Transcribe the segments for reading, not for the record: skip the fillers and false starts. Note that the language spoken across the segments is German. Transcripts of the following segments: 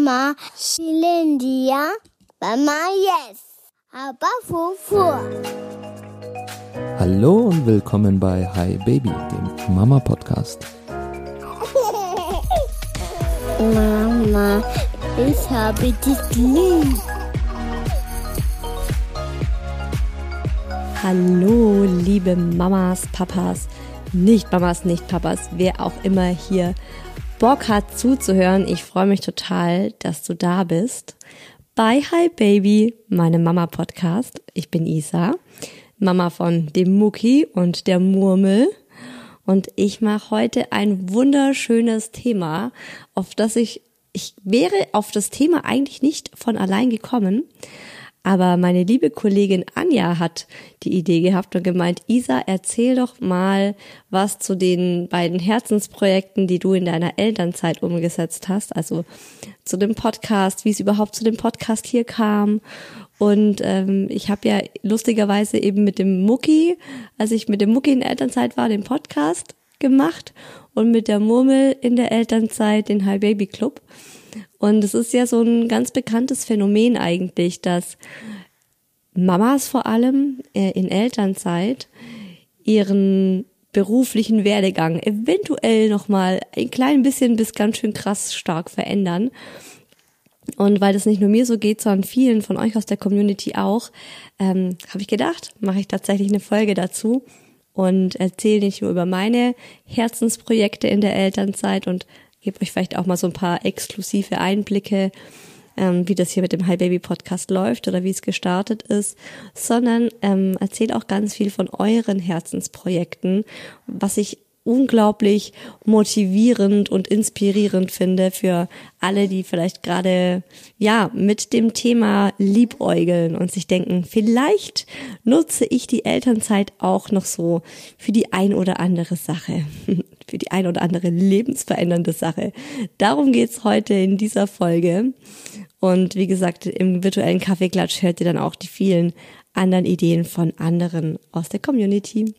Mama Shilindia, Mama Yes, aber Fufu. Hallo und willkommen bei Hi Baby, dem Mama-Podcast. Mama, ich habe dich lieb. Hallo, liebe Mamas, Papas, Nicht-Mamas, Nicht-Papas, wer auch immer hier Bock hat zuzuhören. Ich freue mich total, dass du da bist bei Hi Baby, meinem Mama-Podcast. Ich bin Isa, Mama von dem Mucki und der Murmel. Und ich mache heute ein wunderschönes Thema, auf das ich wäre auf das Thema eigentlich nicht von allein gekommen. Aber meine liebe Kollegin Anja hat die Idee gehabt und gemeint, Isa, erzähl doch mal was zu den beiden Herzensprojekten, die du in deiner Elternzeit umgesetzt hast. Also zu dem Podcast, wie es überhaupt zu dem Podcast hier kam. Und ich habe ja lustigerweise eben mit dem Mucki, als ich mit dem Mucki in der Elternzeit war, den Podcast gemacht und mit der Murmel in der Elternzeit den Hi Baby Club. Und es ist ja so ein ganz bekanntes Phänomen eigentlich, dass Mamas vor allem in Elternzeit ihren beruflichen Werdegang eventuell nochmal ein klein bisschen bis ganz schön krass stark verändern. Und weil das nicht nur mir so geht, sondern vielen von euch aus der Community auch, habe ich gedacht, mache ich tatsächlich eine Folge dazu und erzähle nicht nur über meine Herzensprojekte in der Elternzeit und gebe euch vielleicht auch mal so ein paar exklusive Einblicke, wie das hier mit dem Hi Baby Podcast läuft oder wie es gestartet ist, sondern erzähle auch ganz viel von euren Herzensprojekten, was ich unglaublich motivierend und inspirierend finde für alle, die vielleicht gerade mit dem Thema liebäugeln und sich denken, vielleicht nutze ich die Elternzeit auch noch so für die ein oder andere Sache, für die ein oder andere lebensverändernde Sache. Darum geht's heute in dieser Folge. Und wie gesagt, im virtuellen Kaffeeklatsch hört ihr dann auch die vielen anderen Ideen von anderen aus der Community.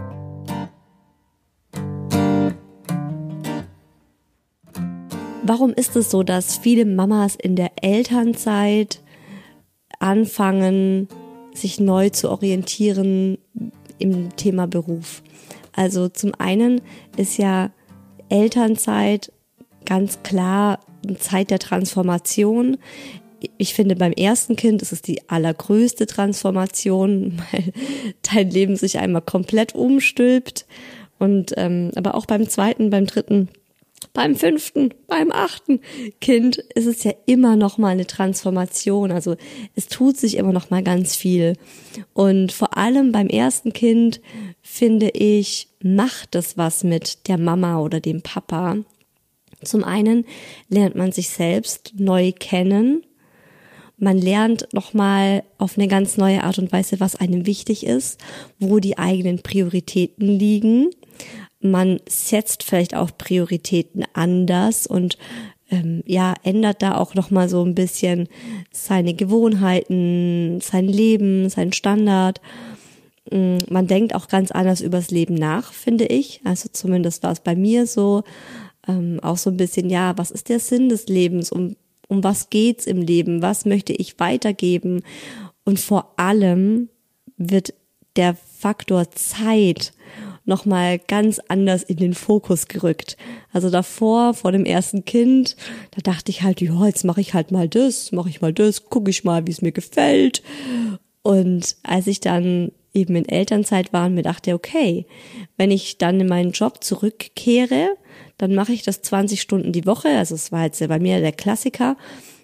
Warum ist es so, dass viele Mamas in der Elternzeit anfangen, sich neu zu orientieren im Thema Beruf? Also zum einen ist ja Elternzeit ganz klar eine Zeit der Transformation. Ich finde, beim ersten Kind ist es die allergrößte Transformation, weil dein Leben sich einmal komplett umstülpt. Und aber auch beim zweiten, beim dritten, beim fünften, beim achten Kind ist es ja immer noch mal eine Transformation. Also es tut sich immer noch mal ganz viel. Und vor allem beim ersten Kind, finde ich, macht es was mit der Mama oder dem Papa. Zum einen lernt man sich selbst neu kennen. Man lernt noch mal auf eine ganz neue Art und Weise, was einem wichtig ist, wo die eigenen Prioritäten liegen. Man setzt vielleicht auch Prioritäten anders und ändert da auch noch mal so ein bisschen seine Gewohnheiten, sein Leben, seinen Standard. Man denkt auch ganz anders übers Leben nach, finde ich. Also zumindest war es bei mir so. Auch so ein bisschen, was ist der Sinn des Lebens? Um was geht's im Leben? Was möchte ich weitergeben? Und vor allem wird der Faktor Zeit nochmal ganz anders in den Fokus gerückt. Also davor, vor dem ersten Kind, da dachte ich halt, jetzt mache ich halt mal das, gucke ich mal, wie es mir gefällt. Und als ich dann eben in Elternzeit war und mir dachte, okay, wenn ich dann in meinen Job zurückkehre, dann mache ich das 20 Stunden die Woche. Also es war jetzt bei mir der Klassiker.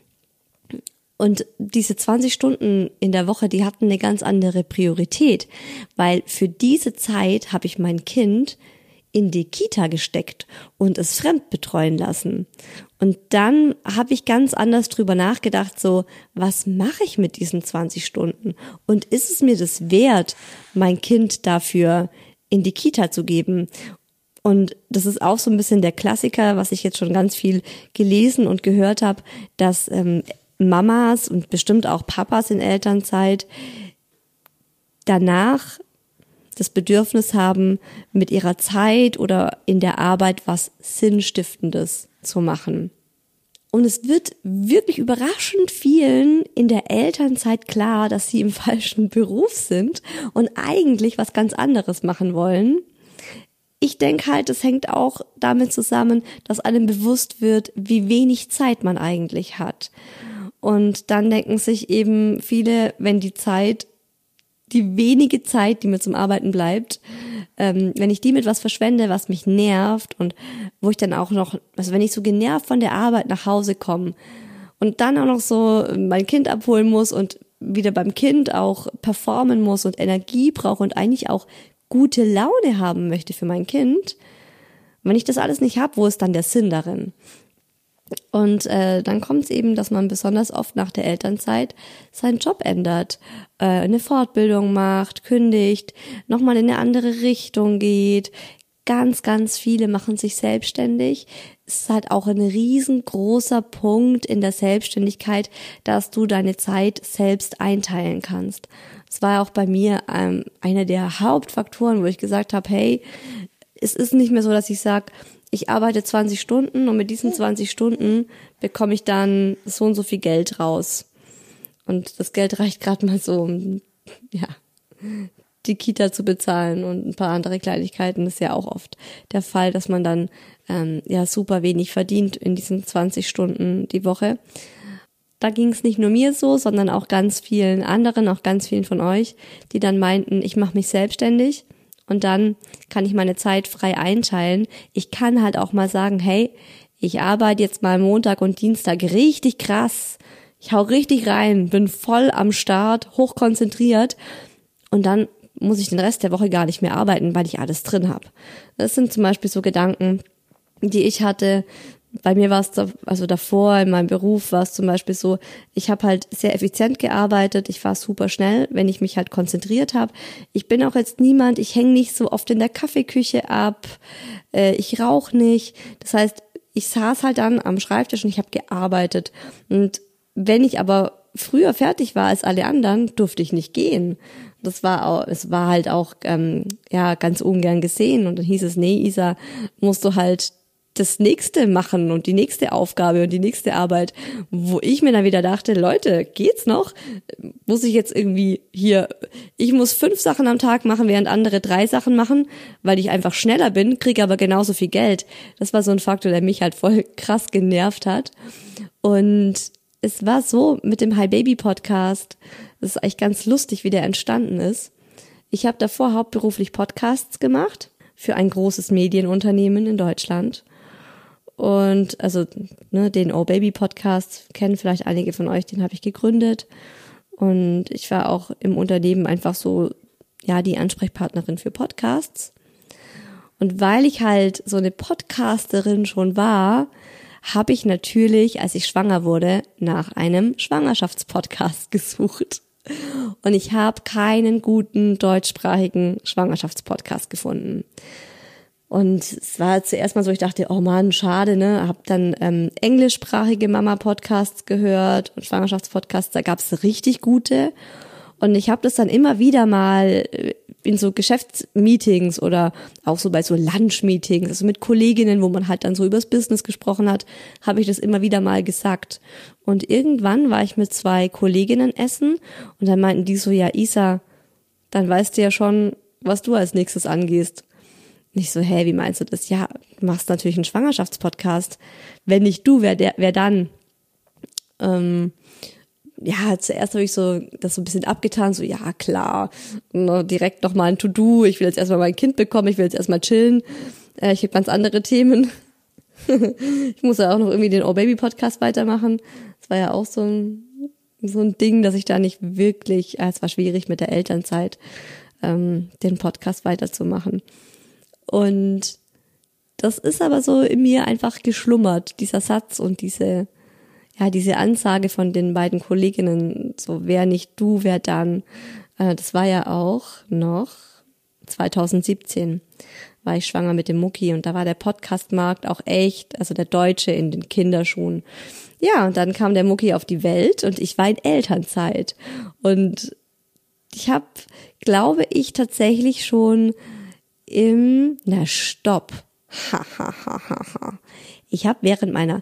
Und diese 20 Stunden in der Woche, die hatten eine ganz andere Priorität, weil für diese Zeit habe ich mein Kind in die Kita gesteckt und es fremdbetreuen lassen. Und dann habe ich ganz anders drüber nachgedacht, so, was mache ich mit diesen 20 Stunden? Und ist es mir das wert, mein Kind dafür in die Kita zu geben? Und das ist auch so ein bisschen der Klassiker, was ich jetzt schon ganz viel gelesen und gehört habe, dass Mamas und bestimmt auch Papas in Elternzeit danach das Bedürfnis haben, mit ihrer Zeit oder in der Arbeit was Sinnstiftendes zu machen. Und es wird wirklich überraschend vielen in der Elternzeit klar, dass sie im falschen Beruf sind und eigentlich was ganz anderes machen wollen. Ich denke halt, es hängt auch damit zusammen, dass einem bewusst wird, wie wenig Zeit man eigentlich hat. Und dann denken sich eben viele, wenn die wenige Zeit, die mir zum Arbeiten bleibt, wenn ich die mit was verschwende, was mich nervt und wo ich dann auch noch, also wenn ich so genervt von der Arbeit nach Hause komme und dann auch noch so mein Kind abholen muss und wieder beim Kind auch performen muss und Energie brauche und eigentlich auch gute Laune haben möchte für mein Kind, wenn ich das alles nicht habe, wo ist dann der Sinn darin? Und dann kommt es eben, dass man besonders oft nach der Elternzeit seinen Job ändert, eine Fortbildung macht, kündigt, nochmal in eine andere Richtung geht. Ganz, ganz viele machen sich selbstständig. Es ist halt auch ein riesengroßer Punkt in der Selbstständigkeit, dass du deine Zeit selbst einteilen kannst. Das war auch bei mir einer der Hauptfaktoren, wo ich gesagt habe, hey, es ist nicht mehr so, dass ich sage, ich arbeite 20 Stunden und mit diesen 20 Stunden bekomme ich dann so und so viel Geld raus. Und das Geld reicht gerade mal so, um die Kita zu bezahlen und ein paar andere Kleinigkeiten. Das ist ja auch oft der Fall, dass man dann super wenig verdient in diesen 20 Stunden die Woche. Da ging es nicht nur mir so, sondern auch ganz vielen anderen, auch ganz vielen von euch, die dann meinten, ich mache mich selbstständig. Und dann kann ich meine Zeit frei einteilen. Ich kann halt auch mal sagen, hey, ich arbeite jetzt mal Montag und Dienstag richtig krass. Ich hau richtig rein, bin voll am Start, hochkonzentriert. Und dann muss ich den Rest der Woche gar nicht mehr arbeiten, weil ich alles drin habe. Das sind zum Beispiel so Gedanken, die ich hatte. Bei mir war es, also davor in meinem Beruf war es zum Beispiel so, ich habe halt sehr effizient gearbeitet, ich war super schnell, wenn ich mich halt konzentriert habe. Ich bin auch jetzt niemand, ich hänge nicht so oft in der Kaffeeküche ab, ich rauche nicht. Das heißt, ich saß halt dann am Schreibtisch und ich habe gearbeitet. Und wenn ich aber früher fertig war als alle anderen, durfte ich nicht gehen. Es war halt auch ganz ungern gesehen. Und dann hieß es, nee, Isa, musst du halt das nächste machen und die nächste Aufgabe und die nächste Arbeit, wo ich mir dann wieder dachte, Leute, geht's noch? Muss ich jetzt irgendwie ich muss 5 Sachen am Tag machen, während andere 3 Sachen machen, weil ich einfach schneller bin, kriege aber genauso viel Geld. Das war so ein Faktor, der mich halt voll krass genervt hat. Und es war so mit dem Hi Baby Podcast, das ist eigentlich ganz lustig, wie der entstanden ist. Ich habe davor hauptberuflich Podcasts gemacht für ein großes Medienunternehmen in Deutschland. Und also den Oh Baby Podcast kennen vielleicht einige von euch, den habe ich gegründet. Und ich war auch im Unternehmen einfach so, die Ansprechpartnerin für Podcasts. Und weil ich halt so eine Podcasterin schon war, habe ich natürlich, als ich schwanger wurde, nach einem Schwangerschaftspodcast gesucht. Und ich habe keinen guten deutschsprachigen Schwangerschaftspodcast gefunden. Und es war zuerst mal so, ich dachte, oh Mann, schade, ne? Hab dann englischsprachige Mama-Podcasts gehört und Schwangerschaftspodcasts, da gab's richtig gute. Und ich habe das dann immer wieder mal in so Geschäftsmeetings oder auch so bei so Lunch-Meetings, also mit Kolleginnen, wo man halt dann so übers Business gesprochen hat, habe ich das immer wieder mal gesagt. Und irgendwann war ich mit 2 Kolleginnen essen und dann meinten die so, ja Isa, dann weißt du ja schon, was du als nächstes angehst. Nicht so, hey, wie meinst du das? Ja, du machst natürlich einen Schwangerschaftspodcast. Wenn nicht du, wer dann? Zuerst habe ich so das so ein bisschen abgetan, so ja, klar, direkt nochmal ein To-Do, ich will jetzt erstmal mein Kind bekommen, ich will jetzt erstmal chillen, ich habe ganz andere Themen. Ich muss ja auch noch irgendwie den Oh Baby Podcast weitermachen. Das war ja auch so ein Ding, dass ich da nicht wirklich, es war schwierig mit der Elternzeit, den Podcast weiterzumachen. Und das ist aber so in mir einfach geschlummert, dieser Satz und diese Ansage von den beiden Kolleginnen, so wer nicht du, wer dann. Das war ja auch noch 2017, war ich schwanger mit dem Mucki und da war der Podcastmarkt auch echt, also der Deutsche in den Kinderschuhen. Ja, und dann kam der Mucki auf die Welt und ich war in Elternzeit. Und ich habe, glaube ich, tatsächlich schon Ich habe während meiner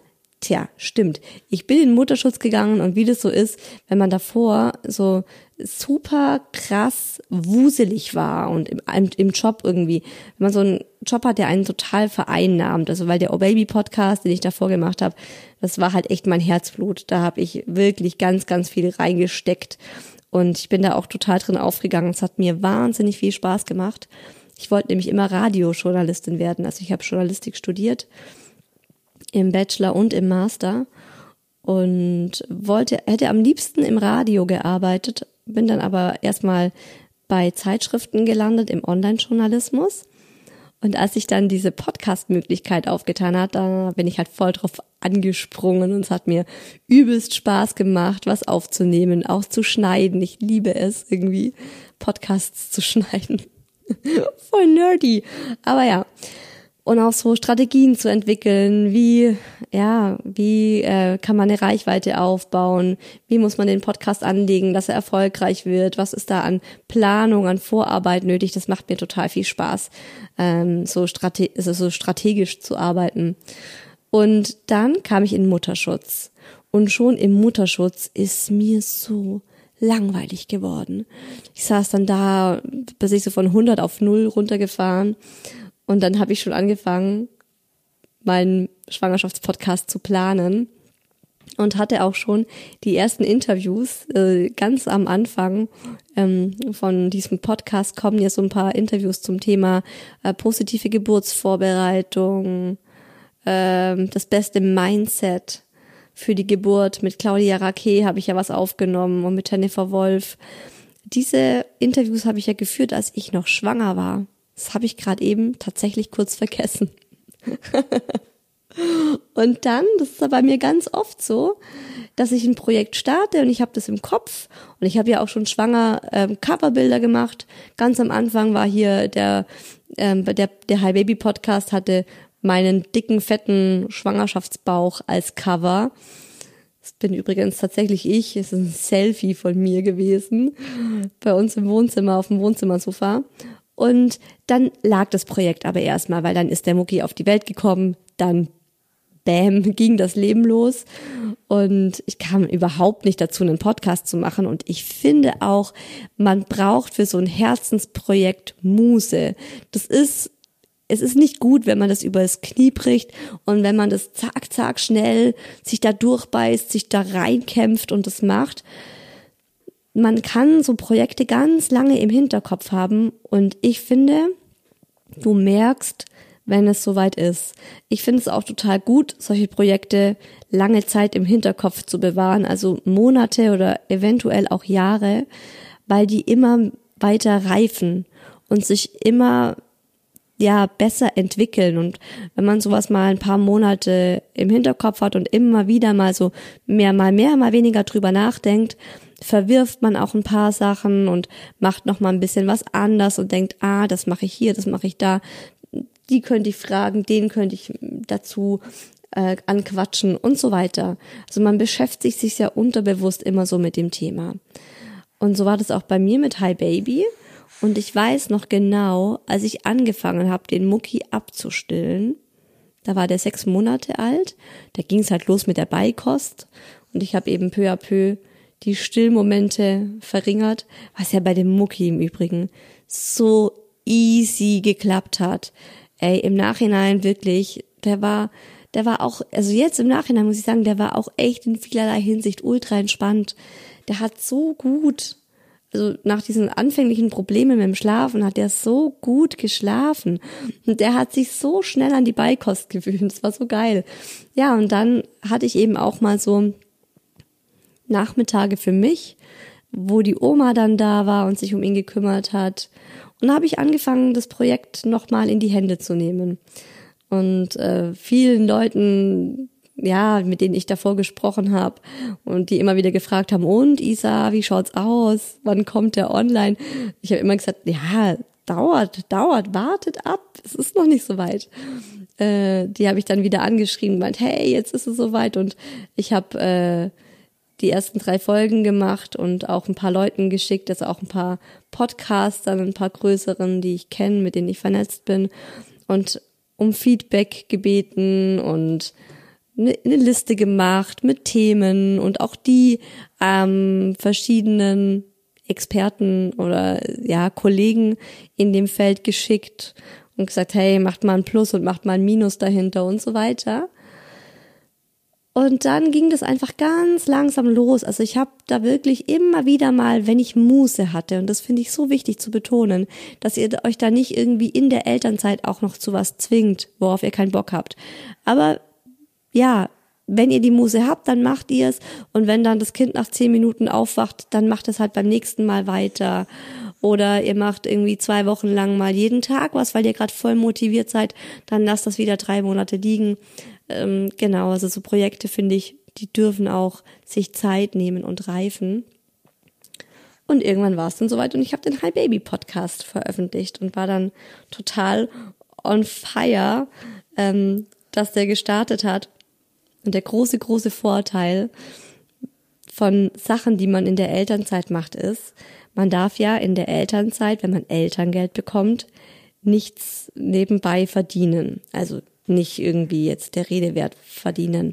Tja, stimmt. Ich bin in den Mutterschutz gegangen und wie das so ist, wenn man davor so super krass wuselig war und im Job irgendwie, wenn man so einen Job hat, der einen total vereinnahmt, also weil der Oh Baby Podcast, den ich davor gemacht habe, das war halt echt mein Herzblut. Da habe ich wirklich ganz, ganz viel reingesteckt und ich bin da auch total drin aufgegangen. Es hat mir wahnsinnig viel Spaß gemacht. Ich wollte nämlich immer Radiojournalistin werden, also ich habe Journalistik studiert, im Bachelor und im Master und hätte am liebsten im Radio gearbeitet, bin dann aber erstmal bei Zeitschriften gelandet im Online-Journalismus. Und als sich dann diese Podcast-Möglichkeit aufgetan hat, da bin ich halt voll drauf angesprungen und es hat mir übelst Spaß gemacht, was aufzunehmen, auch zu schneiden. Ich liebe es irgendwie, Podcasts zu schneiden. Voll nerdy. Aber ja. Und auch so Strategien zu entwickeln, wie kann man eine Reichweite aufbauen, wie muss man den Podcast anlegen, dass er erfolgreich wird, was ist da an Planung, an Vorarbeit nötig, das macht mir total viel Spaß, so strategisch zu arbeiten. Und dann kam ich in Mutterschutz und schon im Mutterschutz ist mir so langweilig geworden. Ich saß dann da, bis ich so von 100 auf 0 runtergefahren. Und dann habe ich schon angefangen, meinen Schwangerschaftspodcast zu planen und hatte auch schon die ersten Interviews. Ganz am Anfang von diesem Podcast kommen ja so ein paar Interviews zum Thema positive Geburtsvorbereitung, das beste Mindset für die Geburt. Mit Claudia Raquet habe ich ja was aufgenommen und mit Jennifer Wolf. Diese Interviews habe ich ja geführt, als ich noch schwanger war. Das habe ich gerade eben tatsächlich kurz vergessen. Und dann, das ist bei mir ganz oft so, dass ich ein Projekt starte und ich habe das im Kopf und ich habe ja auch schon schwanger Coverbilder gemacht. Ganz am Anfang war hier der Hi Baby Podcast hatte meinen dicken, fetten Schwangerschaftsbauch als Cover. Das bin übrigens tatsächlich ich. Es ist ein Selfie von mir gewesen bei uns im Wohnzimmer, auf dem Wohnzimmersofa. Und dann lag das Projekt aber erstmal, weil dann ist der Mucki auf die Welt gekommen, dann bam, ging das Leben los und ich kam überhaupt nicht dazu, einen Podcast zu machen und ich finde auch, man braucht für so ein Herzensprojekt Muße. Es ist nicht gut, wenn man das über das Knie bricht und wenn man das zack, schnell sich da durchbeißt, sich da reinkämpft und das macht. Man kann so Projekte ganz lange im Hinterkopf haben und ich finde, du merkst, wenn es soweit ist. Ich finde es auch total gut, solche Projekte lange Zeit im Hinterkopf zu bewahren, also Monate oder eventuell auch Jahre, weil die immer weiter reifen und sich immer besser entwickeln. Und wenn man sowas mal ein paar Monate im Hinterkopf hat und immer wieder mal so mal weniger drüber nachdenkt, verwirft man auch ein paar Sachen und macht noch mal ein bisschen was anders und denkt, das mache ich hier, das mache ich da, die könnte ich fragen, den könnte ich dazu anquatschen und so weiter. Also man beschäftigt sich ja unterbewusst immer so mit dem Thema. Und so war das auch bei mir mit Hi Baby. Und ich weiß noch genau, als ich angefangen habe, den Mucki abzustillen, da war der 6 Monate alt, da ging es halt los mit der Beikost und ich habe eben peu à peu die Stillmomente verringert, was ja bei dem Mucki im Übrigen so easy geklappt hat. Im Nachhinein wirklich, der war auch, also jetzt im Nachhinein muss ich sagen, der war auch echt in vielerlei Hinsicht ultra entspannt. Der hat so gut, also nach diesen anfänglichen Problemen mit dem Schlafen hat der so gut geschlafen und der hat sich so schnell an die Beikost gewöhnt, das war so geil. Ja, und dann hatte ich eben auch mal so Nachmittage für mich, wo die Oma dann da war und sich um ihn gekümmert hat. Und da habe ich angefangen, das Projekt nochmal in die Hände zu nehmen. Und vielen Leuten, mit denen ich davor gesprochen habe und die immer wieder gefragt haben, und Isa, wie schaut's aus? Wann kommt der online? Ich habe immer gesagt, dauert, wartet ab, es ist noch nicht so weit. Die habe ich dann wieder angeschrieben, meint, hey, jetzt ist es soweit. Und ich habe die ersten 3 Folgen gemacht und auch ein paar Leuten geschickt, also auch ein paar Podcastern, ein paar größeren, die ich kenne, mit denen ich vernetzt bin und um Feedback gebeten und eine Liste gemacht mit Themen und auch die verschiedenen Experten oder ja Kollegen in dem Feld geschickt und gesagt, hey, macht mal ein Plus und macht mal ein Minus dahinter und so weiter. Und dann ging das einfach ganz langsam los. Also ich habe da wirklich immer wieder mal, wenn ich Muße hatte, und das finde ich so wichtig zu betonen, dass ihr euch da nicht irgendwie in der Elternzeit auch noch zu was zwingt, worauf ihr keinen Bock habt. Aber ja, wenn ihr die Muße habt, dann macht ihr es. Und wenn dann das Kind nach 10 Minuten aufwacht, dann macht es halt beim nächsten Mal weiter. Oder ihr macht irgendwie 2 Wochen lang mal jeden Tag was, weil ihr gerade voll motiviert seid, dann lasst das wieder 3 Monate liegen. Genau, also so Projekte, finde ich, die dürfen auch sich Zeit nehmen und reifen. Und irgendwann war es dann soweit und ich habe den Hi Baby Podcast veröffentlicht und war dann total on fire, dass der gestartet hat. Und der große, große Vorteil von Sachen, die man in der Elternzeit macht, ist, man darf ja in der Elternzeit, wenn man Elterngeld bekommt, nichts nebenbei verdienen. Also nicht irgendwie jetzt der Rede wert verdienen.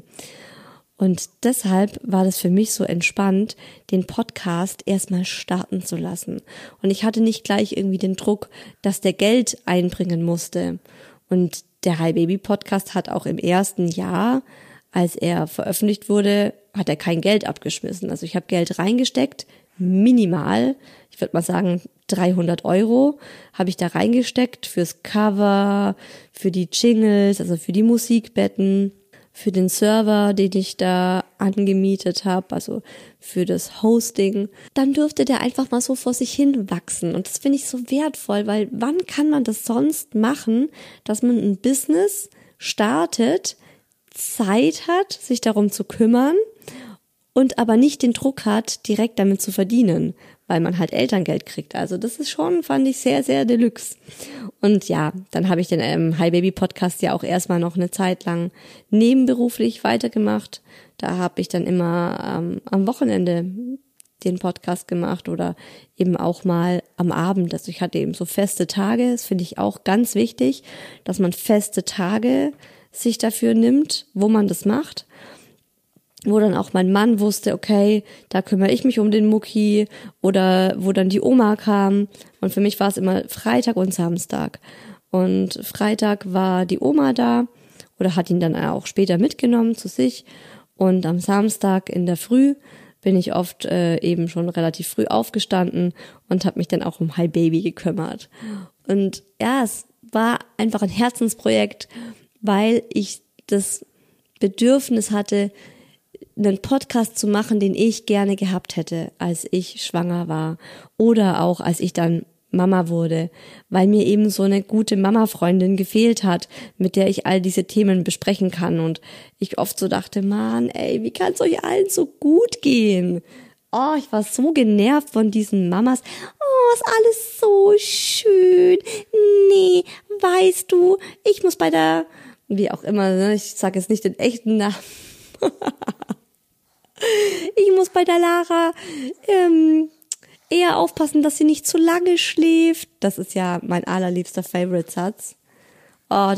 Und deshalb war das für mich so entspannt, den Podcast erstmal starten zu lassen. Und ich hatte nicht gleich irgendwie den Druck, dass der Geld einbringen musste. Und der Hi Baby Podcast hat auch im ersten Jahr, als er veröffentlicht wurde, hat er kein Geld abgeschmissen. Also ich habe Geld reingesteckt, minimal, ich würde mal sagen 300 € habe ich da reingesteckt fürs Cover, für die Jingles, also für die Musikbetten, für den Server, den ich da angemietet habe, also für das Hosting. Dann dürfte der einfach mal so vor sich hin wachsen und das finde ich so wertvoll, weil wann kann man das sonst machen, dass man ein Business startet, Zeit hat, sich darum zu kümmern und aber nicht den Druck hat, direkt damit zu verdienen, weil man halt Elterngeld kriegt. Also das ist schon, fand ich, sehr, sehr deluxe. Und ja, dann habe ich den Hi Baby Podcast ja auch erstmal noch eine Zeit lang nebenberuflich weitergemacht. Da habe ich dann immer am Wochenende den Podcast gemacht oder eben auch mal am Abend. Also ich hatte eben so feste Tage, das finde ich auch ganz wichtig, dass man feste Tage sich dafür nimmt, wo man das macht, wo dann auch mein Mann wusste, okay, da kümmere ich mich um den Mucki oder wo dann die Oma kam und für mich war es immer Freitag und Samstag und Freitag war die Oma da oder hat ihn dann auch später mitgenommen zu sich und am Samstag in der Früh bin ich oft eben schon relativ früh aufgestanden und habe mich dann auch um Hi Baby gekümmert und ja, es war einfach ein Herzensprojekt, weil ich das Bedürfnis hatte, einen Podcast zu machen, den ich gerne gehabt hätte, als ich schwanger war oder auch als ich dann Mama wurde, weil mir eben so eine gute Mama-Freundin gefehlt hat, mit der ich all diese Themen besprechen kann und ich oft so dachte, Mann, ey, wie kann es euch allen so gut gehen? Oh, ich war so genervt von diesen Mamas. Oh, ist alles so schön. Nee, weißt du, ich muss bei der, wie auch immer, ne? Ich sage jetzt nicht den echten Namen. Ich muss bei der Lara eher aufpassen, dass sie nicht zu lange schläft. Das ist ja mein allerliebster Favorite-Satz. Oh,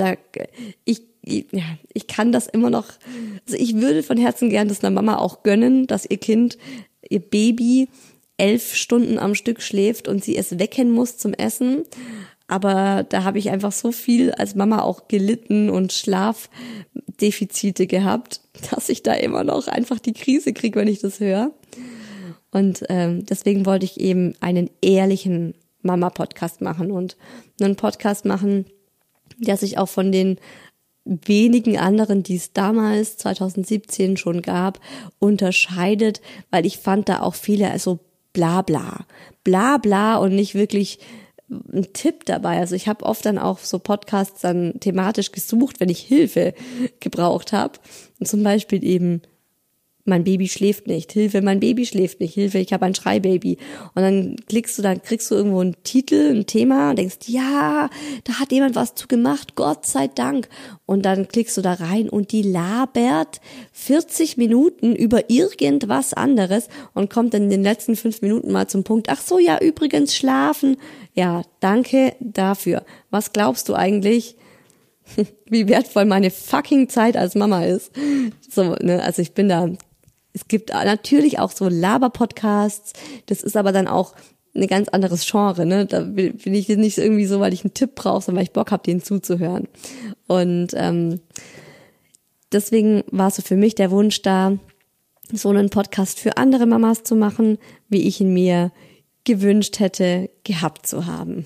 ich kann das immer noch. Also ich würde von Herzen gern das einer Mama auch gönnen, dass ihr Kind, ihr Baby 11 Stunden am Stück schläft und sie es wecken muss zum Essen. Aber da habe ich einfach so viel als Mama auch gelitten und Schlafdefizite gehabt, dass ich da immer noch einfach die Krise kriege, wenn ich das höre. Und deswegen wollte ich eben einen ehrlichen Mama-Podcast machen und einen Podcast machen, der sich auch von den wenigen anderen, die es damals 2017 schon gab, unterscheidet, weil ich fand da auch viele also bla bla und nicht wirklich ein Tipp dabei. Also ich habe oft dann auch so Podcasts dann thematisch gesucht, wenn ich Hilfe gebraucht habe. Und zum Beispiel eben, mein Baby schläft nicht. Hilfe, mein Baby schläft nicht. Hilfe, ich habe ein Schreibaby. Und dann kriegst du irgendwo einen Titel, ein Thema und denkst, ja, da hat jemand was zu gemacht, Gott sei Dank. Und dann klickst du da rein und die labert 40 Minuten über irgendwas anderes und kommt dann in den letzten 5 Minuten mal zum Punkt, ach so, ja, übrigens schlafen. Ja, danke dafür. Was glaubst du eigentlich, wie wertvoll meine fucking Zeit als Mama ist. So, ne, also ich bin da, es gibt natürlich auch so Laber-Podcasts, das ist aber dann auch ein ganz anderes Genre, ne? Da bin ich nicht irgendwie so, weil ich einen Tipp brauche, sondern weil ich Bock habe, denen zuzuhören. Und deswegen war so für mich der Wunsch da, so einen Podcast für andere Mamas zu machen, wie ich ihn mir gewünscht hätte, gehabt zu haben.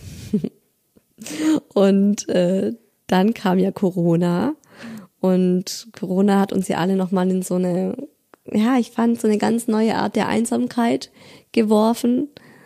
Und dann kam ja Corona und Corona hat uns ja alle nochmal in so eine, ja, ich fand so eine ganz neue Art der Einsamkeit geworfen.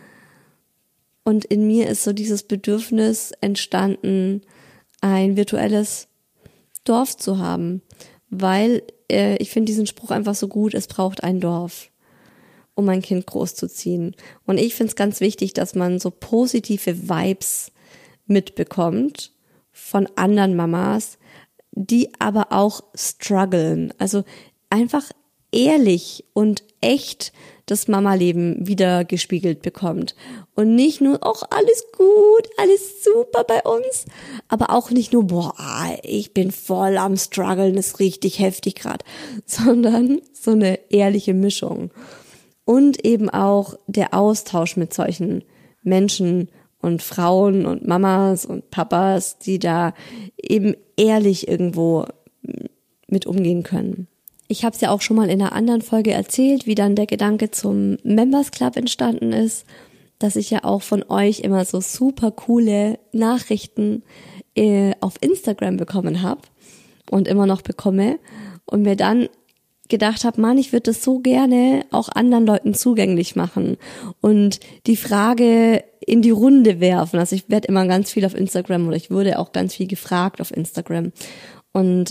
Und in mir ist so dieses Bedürfnis entstanden, ein virtuelles Dorf zu haben, weil ich finde diesen Spruch einfach so gut, es braucht ein Dorf, um ein Kind großzuziehen. Und ich finde es ganz wichtig, dass man so positive Vibes mitbekommt von anderen Mamas, die aber auch strugglen. Also einfach ehrlich und echt das Mama-Leben wieder gespiegelt bekommt. Und nicht nur, ach, alles gut, alles super bei uns, aber auch nicht nur, boah, ich bin voll am struggeln, ist richtig heftig gerade, sondern so eine ehrliche Mischung. Und eben auch der Austausch mit solchen Menschen und Frauen und Mamas und Papas, die da eben ehrlich irgendwo mit umgehen können. Ich habe es ja auch schon mal in einer anderen Folge erzählt, wie dann der Gedanke zum Members Club entstanden ist, dass ich ja auch von euch immer so super coole Nachrichten auf Instagram bekommen habe und immer noch bekomme und mir dann gedacht habe, Mann, ich würde das so gerne auch anderen Leuten zugänglich machen und die Frage in die Runde werfen. Also ich werde immer ganz viel auf Instagram oder ich wurde auch ganz viel gefragt auf Instagram und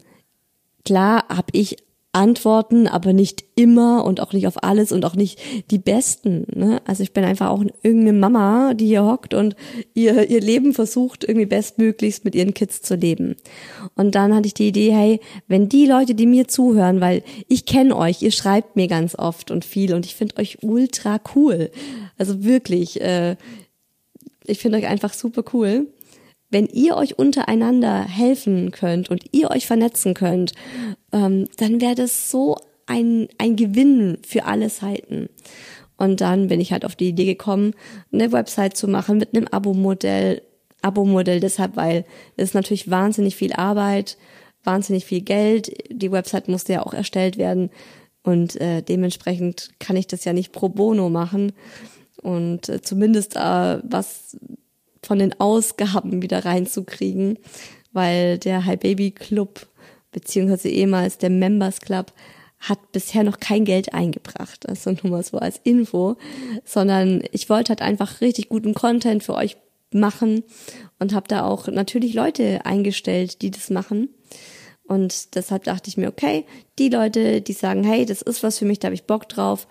klar habe ich Antworten, aber nicht immer und auch nicht auf alles und auch nicht die besten. Ne? Also ich bin einfach auch irgendeine Mama, die hier hockt und ihr Leben versucht, irgendwie bestmöglichst mit ihren Kids zu leben. Und dann hatte ich die Idee, hey, wenn die Leute, die mir zuhören, weil ich kenne euch, ihr schreibt mir ganz oft und viel und ich finde euch ultra cool. Also wirklich, ich finde euch einfach super cool. Wenn ihr euch untereinander helfen könnt und ihr euch vernetzen könnt, dann wäre das so ein Gewinn für alle Seiten. Und dann bin ich halt auf die Idee gekommen, eine Website zu machen mit einem Abo-Modell deshalb, weil es natürlich wahnsinnig viel Arbeit, wahnsinnig viel Geld. Die Website musste ja auch erstellt werden und dementsprechend kann ich das ja nicht pro bono machen und zumindest was von den Ausgaben wieder reinzukriegen, weil der Hi Baby Club beziehungsweise ehemals der Members Club hat bisher noch kein Geld eingebracht, also nur mal so als Info, sondern ich wollte halt einfach richtig guten Content für euch machen und habe da auch natürlich Leute eingestellt, die das machen. Und deshalb dachte ich mir, okay, die Leute, die sagen, hey, das ist was für mich, da habe ich Bock drauf,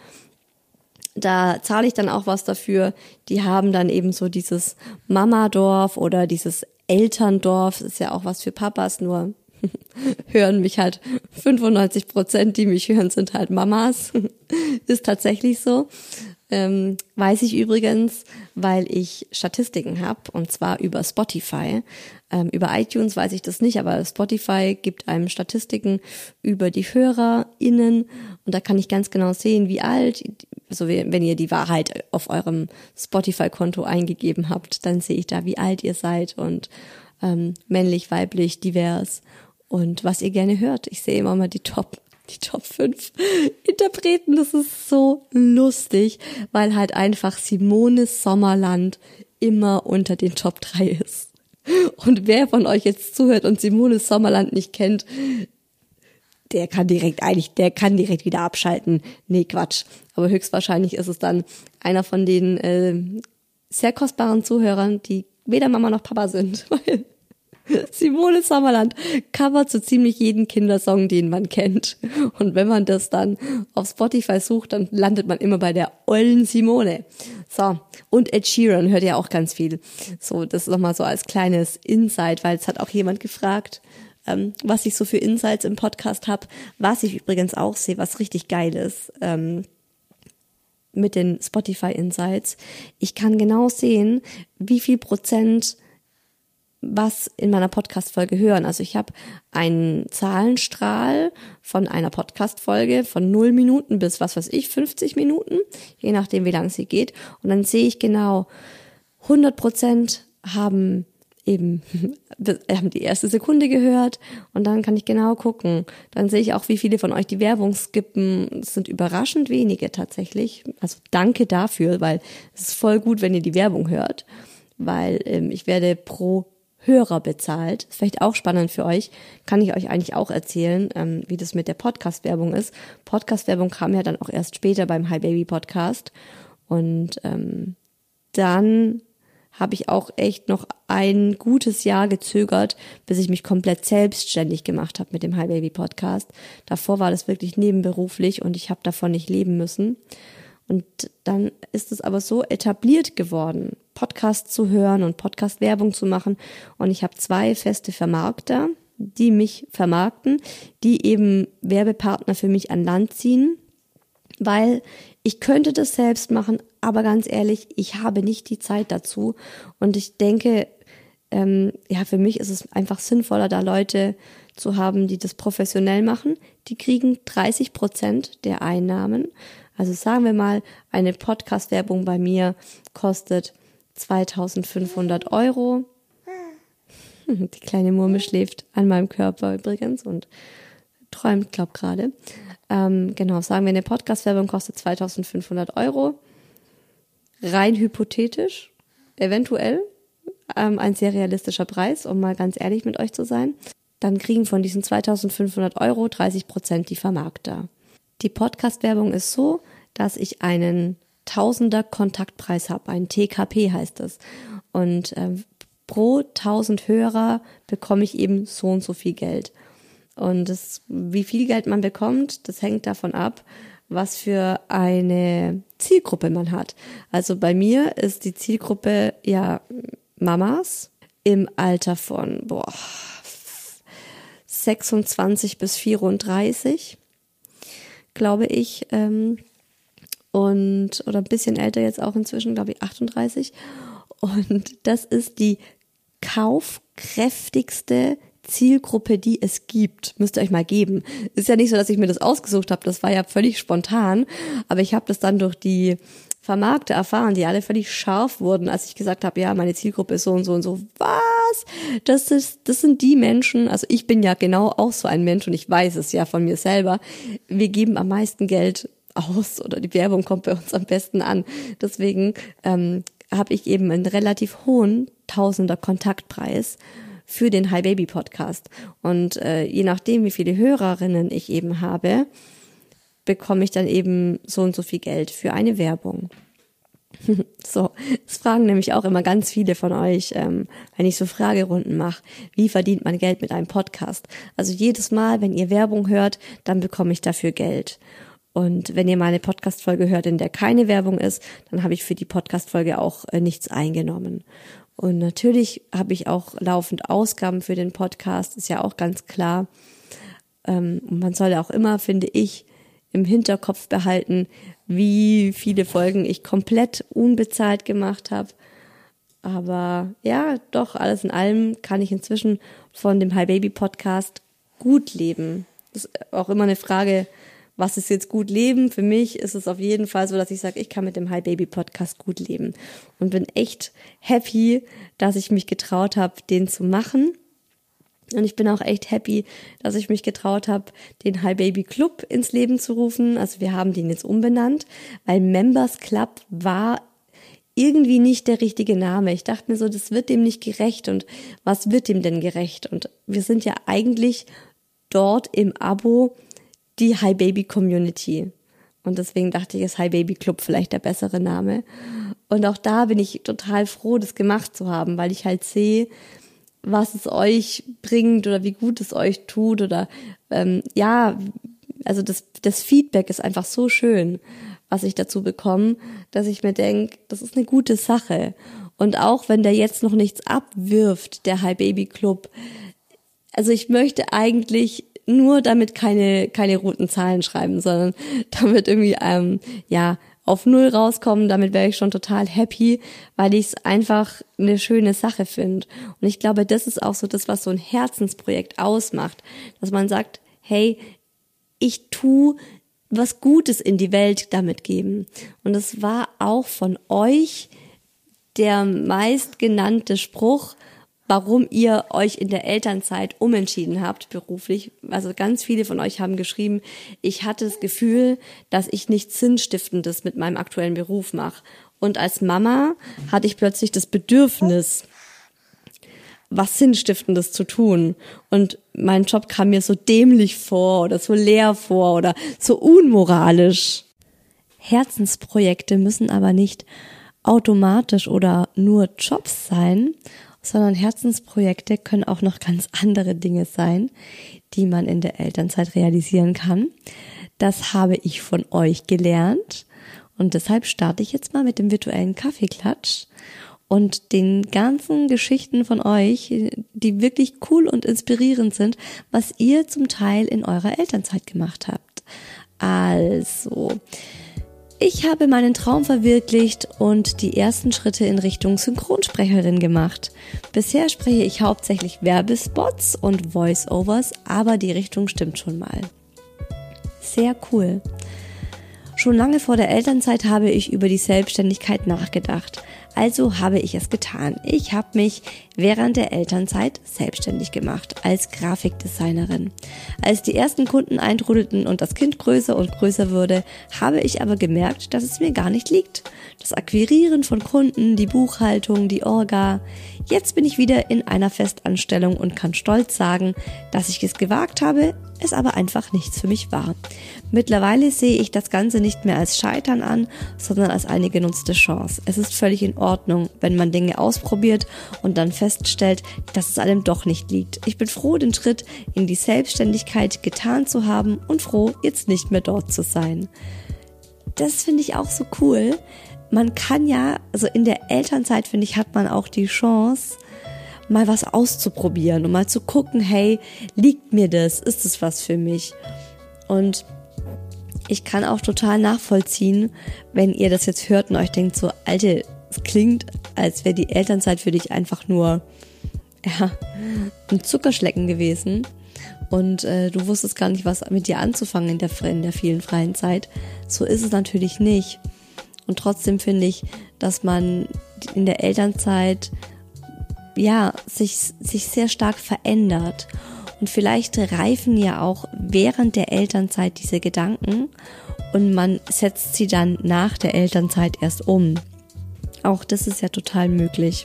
da zahle ich dann auch was dafür. Die haben dann eben so dieses Mamadorf oder dieses Elterndorf, das ist ja auch was für Papas, nur hören mich halt 95%, die mich hören, sind halt Mamas. Ist tatsächlich so. Weiß ich übrigens, weil ich Statistiken habe, und zwar über Spotify. Über iTunes weiß ich das nicht, aber Spotify gibt einem Statistiken über die HörerInnen und da kann ich ganz genau sehen, wie alt, also wenn ihr die Wahrheit auf eurem Spotify-Konto eingegeben habt, dann sehe ich da, wie alt ihr seid und männlich, weiblich, divers und was ihr gerne hört. Ich sehe immer mal die Top 5 Interpreten, das ist so lustig, weil halt einfach Simone Sommerland immer unter den Top 3 ist. Und wer von euch jetzt zuhört und Simone Sommerland nicht kennt, der kann direkt wieder abschalten. Nee, Quatsch. Aber höchstwahrscheinlich ist es dann einer von den sehr kostbaren Zuhörern, die weder Mama noch Papa sind, weil Simone Sommerland covert so ziemlich jeden Kindersong, den man kennt. Und wenn man das dann auf Spotify sucht, dann landet man immer bei der ollen Simone. So, und Ed Sheeran hört ja auch ganz viel. So, das ist nochmal so als kleines Insight, weil es hat auch jemand gefragt, was ich so für Insights im Podcast habe. Was ich übrigens auch sehe, was richtig geil ist, mit den Spotify Insights. Ich kann genau sehen, wie viel Prozent was in meiner Podcast-Folge hören. Also ich habe einen Zahlenstrahl von einer Podcast-Folge von 0 Minuten bis, 50 Minuten, je nachdem, wie lang sie geht. Und dann sehe ich genau, 100% haben die erste Sekunde gehört und dann kann ich genau gucken. Dann sehe ich auch, wie viele von euch die Werbung skippen. Es sind überraschend wenige tatsächlich. Also danke dafür, weil es ist voll gut, wenn ihr die Werbung hört, weil ich werde pro Hörer bezahlt. Ist vielleicht auch spannend für euch. Kann ich euch eigentlich auch erzählen, wie das mit der Podcast-Werbung ist. Podcast-Werbung kam ja dann auch erst später beim Hi Baby Podcast und dann habe ich auch echt noch ein gutes Jahr gezögert, bis ich mich komplett selbstständig gemacht habe mit dem Hi Baby Podcast. Davor war das wirklich nebenberuflich und ich habe davon nicht leben müssen. Und dann ist es aber so etabliert geworden, Podcast zu hören und Podcast-Werbung zu machen. Und ich habe 2 feste Vermarkter, die mich vermarkten, die eben Werbepartner für mich an Land ziehen, weil ich könnte das selbst machen, aber ganz ehrlich, ich habe nicht die Zeit dazu. Und ich denke, für mich ist es einfach sinnvoller, da Leute zu haben, die das professionell machen. Die kriegen 30% der Einnahmen. Also sagen wir mal, eine Podcast-Werbung bei mir kostet 2.500 €. Die kleine Murmel schläft an meinem Körper übrigens und träumt, glaub gerade. Genau, sagen wir, eine Podcast-Werbung kostet 2.500 €. Rein hypothetisch, eventuell ein sehr realistischer Preis, um mal ganz ehrlich mit euch zu sein. Dann kriegen von diesen 2.500 € 30% die Vermarkter. Die Podcast-Werbung ist so, dass ich einen Tausender Kontaktpreis habe, ein TKP heißt das. Und pro 1000 Hörer bekomme ich eben so und so viel Geld. Und wie viel Geld man bekommt, das hängt davon ab, was für eine Zielgruppe man hat. Also bei mir ist die Zielgruppe Mamas im Alter von 26 bis 34, glaube ich, oder ein bisschen älter jetzt auch inzwischen, glaube ich 38. Und das ist die kaufkräftigste Zielgruppe, die es gibt. Müsst ihr euch mal geben. Ist ja nicht so, dass ich mir das ausgesucht habe, das war ja völlig spontan, aber ich habe das dann durch die Vermarkter erfahren, die alle völlig scharf wurden, als ich gesagt habe, ja, meine Zielgruppe ist so und so und so. Was? Das sind die Menschen, also ich bin ja genau auch so ein Mensch und ich weiß es ja von mir selber. Wir geben am meisten Geld aus oder die Werbung kommt bei uns am besten an. Deswegen habe ich eben einen relativ hohen Tausender Kontaktpreis für den Hi Baby Podcast. Und je nachdem, wie viele Hörerinnen ich eben habe, bekomme ich dann eben so und so viel Geld für eine Werbung. So, das fragen nämlich auch immer ganz viele von euch, wenn ich so Fragerunden mache, wie verdient man Geld mit einem Podcast? Also jedes Mal, wenn ihr Werbung hört, dann bekomme ich dafür Geld. Und wenn ihr mal eine Podcast-Folge hört, in der keine Werbung ist, dann habe ich für die Podcast-Folge auch nichts eingenommen. Und natürlich habe ich auch laufend Ausgaben für den Podcast, ist ja auch ganz klar. Und man soll auch immer, finde ich, im Hinterkopf behalten, wie viele Folgen ich komplett unbezahlt gemacht habe. Aber ja, doch, alles in allem kann ich inzwischen von dem Hi Baby Podcast gut leben. Das ist auch immer eine Frage, was ist jetzt gut leben? Für mich ist es auf jeden Fall so, dass ich sage, ich kann mit dem Hi Baby Podcast gut leben und bin echt happy, dass ich mich getraut habe, den zu machen. Und ich bin auch echt happy, dass ich mich getraut habe, den Hi Baby Club ins Leben zu rufen. Also wir haben den jetzt umbenannt, weil Members Club war irgendwie nicht der richtige Name. Ich dachte mir so, das wird dem nicht gerecht und was wird dem denn gerecht? Und wir sind ja eigentlich dort im Abo die Hi Baby Community. Und deswegen dachte ich, ist Hi Baby Club vielleicht der bessere Name. Und auch da bin ich total froh, das gemacht zu haben, weil ich halt sehe, was es euch bringt oder wie gut es euch tut oder also das Feedback ist einfach so schön, was ich dazu bekomme, dass ich mir denke, das ist eine gute Sache. Und auch wenn der jetzt noch nichts abwirft, der Hi Baby Club, also ich möchte eigentlich nur damit keine roten Zahlen schreiben, sondern damit irgendwie auf 0 rauskommen, damit wäre ich schon total happy, weil ich es einfach eine schöne Sache finde. Und ich glaube, das ist auch so das, was so ein Herzensprojekt ausmacht, dass man sagt, hey, ich tue was Gutes in die Welt damit geben. Und es war auch von euch der meistgenannte Spruch, warum ihr euch in der Elternzeit umentschieden habt beruflich. Also ganz viele von euch haben geschrieben, ich hatte das Gefühl, dass ich nichts Sinnstiftendes mit meinem aktuellen Beruf mache. Und als Mama hatte ich plötzlich das Bedürfnis, was Sinnstiftendes zu tun. Und mein Job kam mir so dämlich vor oder so leer vor oder so unmoralisch. Herzensprojekte müssen aber nicht automatisch oder nur Jobs sein, sondern Herzensprojekte können auch noch ganz andere Dinge sein, die man in der Elternzeit realisieren kann. Das habe ich von euch gelernt und deshalb starte ich jetzt mal mit dem virtuellen Kaffeeklatsch und den ganzen Geschichten von euch, die wirklich cool und inspirierend sind, was ihr zum Teil in eurer Elternzeit gemacht habt. Also, ich habe meinen Traum verwirklicht und die ersten Schritte in Richtung Synchronsprecherin gemacht. Bisher spreche ich hauptsächlich Werbespots und Voice-Overs, aber die Richtung stimmt schon mal. Sehr cool. Schon lange vor der Elternzeit habe ich über die Selbstständigkeit nachgedacht. Also habe ich es getan. Ich habe mich während der Elternzeit selbstständig gemacht als Grafikdesignerin. Als die ersten Kunden eintrudelten und das Kind größer und größer wurde, habe ich aber gemerkt, dass es mir gar nicht liegt. Das Akquirieren von Kunden, die Buchhaltung, die Orga. Jetzt bin ich wieder in einer Festanstellung und kann stolz sagen, dass ich es gewagt habe, es aber einfach nichts für mich war. Mittlerweile sehe ich das Ganze nicht mehr als Scheitern an, sondern als eine genutzte Chance. Es ist völlig in Ordnung, wenn man Dinge ausprobiert und dann feststellt, dass es einem doch nicht liegt. Ich bin froh, den Schritt in die Selbstständigkeit getan zu haben und froh, jetzt nicht mehr dort zu sein. Das finde ich auch so cool. Man kann ja, also in der Elternzeit, finde ich, hat man auch die Chance, mal was auszuprobieren und mal zu gucken, hey, liegt mir das? Ist es was für mich? Und ich kann auch total nachvollziehen, wenn ihr das jetzt hört und euch denkt so, Alter, es klingt, als wäre die Elternzeit für dich einfach nur ein Zuckerschlecken gewesen und du wusstest gar nicht, was mit dir anzufangen in der vielen freien Zeit. So ist es natürlich nicht. Und trotzdem finde ich, dass man in der Elternzeit sich sehr stark verändert. Und vielleicht reifen ja auch während der Elternzeit diese Gedanken und man setzt sie dann nach der Elternzeit erst um. Auch das ist ja total möglich.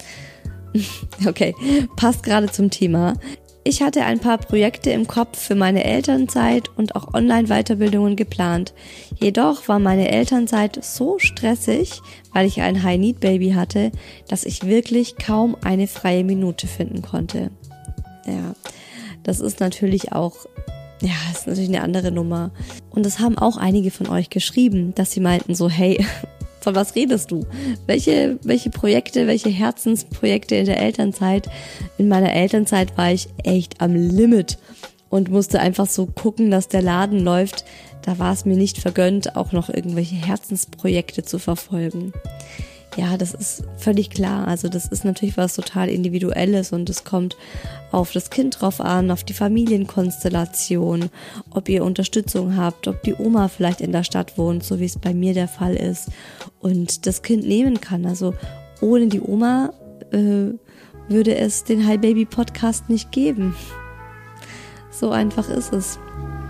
Okay, passt gerade zum Thema. Ich hatte ein paar Projekte im Kopf für meine Elternzeit und auch Online-Weiterbildungen geplant. Jedoch war meine Elternzeit so stressig, weil ich ein High-Need-Baby hatte, dass ich wirklich kaum eine freie Minute finden konnte. Ja, das ist natürlich auch, ist natürlich eine andere Nummer. Und das haben auch einige von euch geschrieben, dass sie meinten so, hey, von was redest du? Welche Projekte, welche Herzensprojekte in der Elternzeit? In meiner Elternzeit war ich echt am Limit und musste einfach so gucken, dass der Laden läuft. Da war es mir nicht vergönnt, auch noch irgendwelche Herzensprojekte zu verfolgen. Ja, das ist völlig klar. Also das ist natürlich was total Individuelles und es kommt auf das Kind drauf an, auf die Familienkonstellation, ob ihr Unterstützung habt, ob die Oma vielleicht in der Stadt wohnt, so wie es bei mir der Fall ist und das Kind nehmen kann. Also ohne die Oma würde es den Hi Baby Podcast nicht geben. So einfach ist es.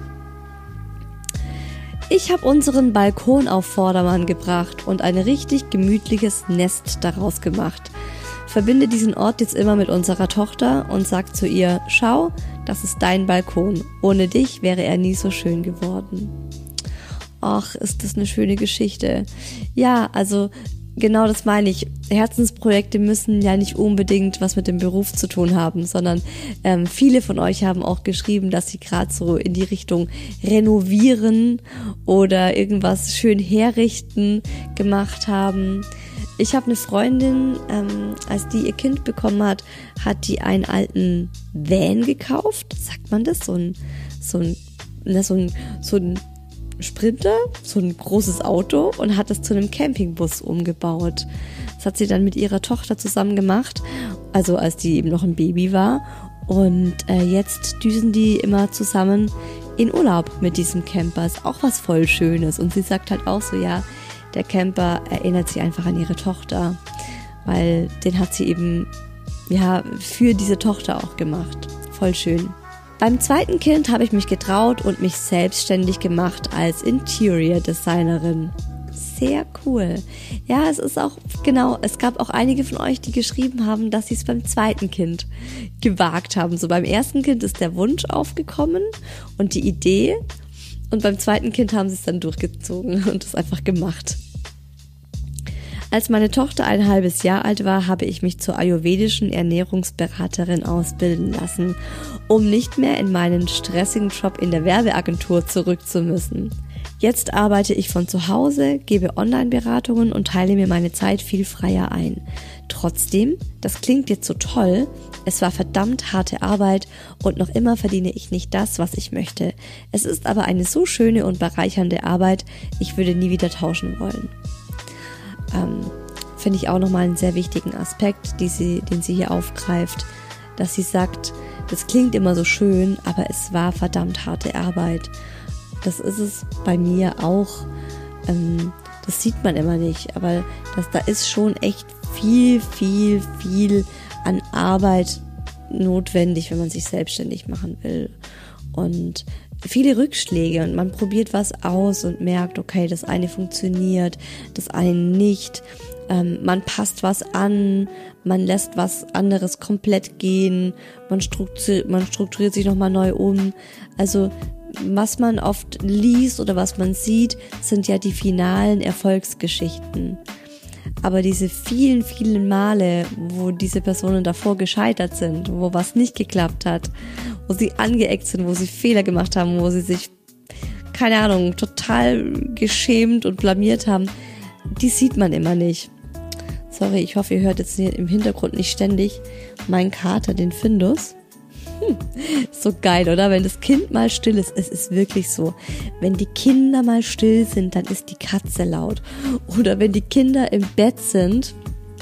Ich habe unseren Balkon auf Vordermann gebracht und ein richtig gemütliches Nest daraus gemacht. Verbinde diesen Ort jetzt immer mit unserer Tochter und sag zu ihr, schau, das ist dein Balkon. Ohne dich wäre er nie so schön geworden. Ach, ist das eine schöne Geschichte. Ja, also genau das meine ich. Herzensprojekte müssen ja nicht unbedingt was mit dem Beruf zu tun haben, sondern viele von euch haben auch geschrieben, dass sie gerade so in die Richtung renovieren oder irgendwas schön herrichten gemacht haben. Ich habe eine Freundin, als die ihr Kind bekommen hat die einen alten Van gekauft. Sagt man das? So ein Sprinter, so ein großes Auto, und hat es zu einem Campingbus umgebaut. Das hat sie dann mit ihrer Tochter zusammen gemacht, also als die eben noch ein Baby war. Und jetzt düsen die immer zusammen in Urlaub mit diesem Camper. Ist auch was voll Schönes. Und sie sagt halt auch so, ja, der Camper erinnert sie einfach an ihre Tochter, weil den hat sie eben ja für diese Tochter auch gemacht. Voll schön. Beim zweiten Kind habe ich mich getraut und mich selbstständig gemacht als Interior Designerin. Sehr cool. Ja, es ist auch, genau, es gab auch einige von euch, die geschrieben haben, dass sie es beim zweiten Kind gewagt haben. So beim ersten Kind ist der Wunsch aufgekommen und die Idee, und beim zweiten Kind haben sie es dann durchgezogen und es einfach gemacht. Als meine Tochter ein halbes Jahr alt war, habe ich mich zur ayurvedischen Ernährungsberaterin ausbilden lassen, um nicht mehr in meinen stressigen Job in der Werbeagentur zurück zu müssen. Jetzt arbeite ich von zu Hause, gebe Online-Beratungen und teile mir meine Zeit viel freier ein. Trotzdem, das klingt jetzt so toll, es war verdammt harte Arbeit und noch immer verdiene ich nicht das, was ich möchte. Es ist aber eine so schöne und bereichernde Arbeit, ich würde nie wieder tauschen wollen. Finde ich auch nochmal einen sehr wichtigen Aspekt, den sie hier aufgreift, dass sie sagt, das klingt immer so schön, aber es war verdammt harte Arbeit. Das ist es bei mir auch. Das sieht man immer nicht, aber da ist schon echt viel an Arbeit notwendig, wenn man sich selbstständig machen will. Und viele Rückschläge und man probiert was aus und merkt, okay, das eine funktioniert, das eine nicht. Man passt was an, man lässt was anderes komplett gehen, man strukturiert sich nochmal neu um. Also was man oft liest oder was man sieht, sind ja die finalen Erfolgsgeschichten. Aber diese vielen Male, wo diese Personen davor gescheitert sind, wo was nicht geklappt hat, wo sie angeeckt sind, wo sie Fehler gemacht haben, wo sie sich, keine Ahnung, total geschämt und blamiert haben, die sieht man immer nicht. Sorry, ich hoffe, ihr hört jetzt hier im Hintergrund nicht ständig meinen Kater, den Findus. So geil, oder? Wenn das Kind mal still ist, es ist wirklich so. Wenn die Kinder mal still sind, dann ist die Katze laut. Oder wenn die Kinder im Bett sind,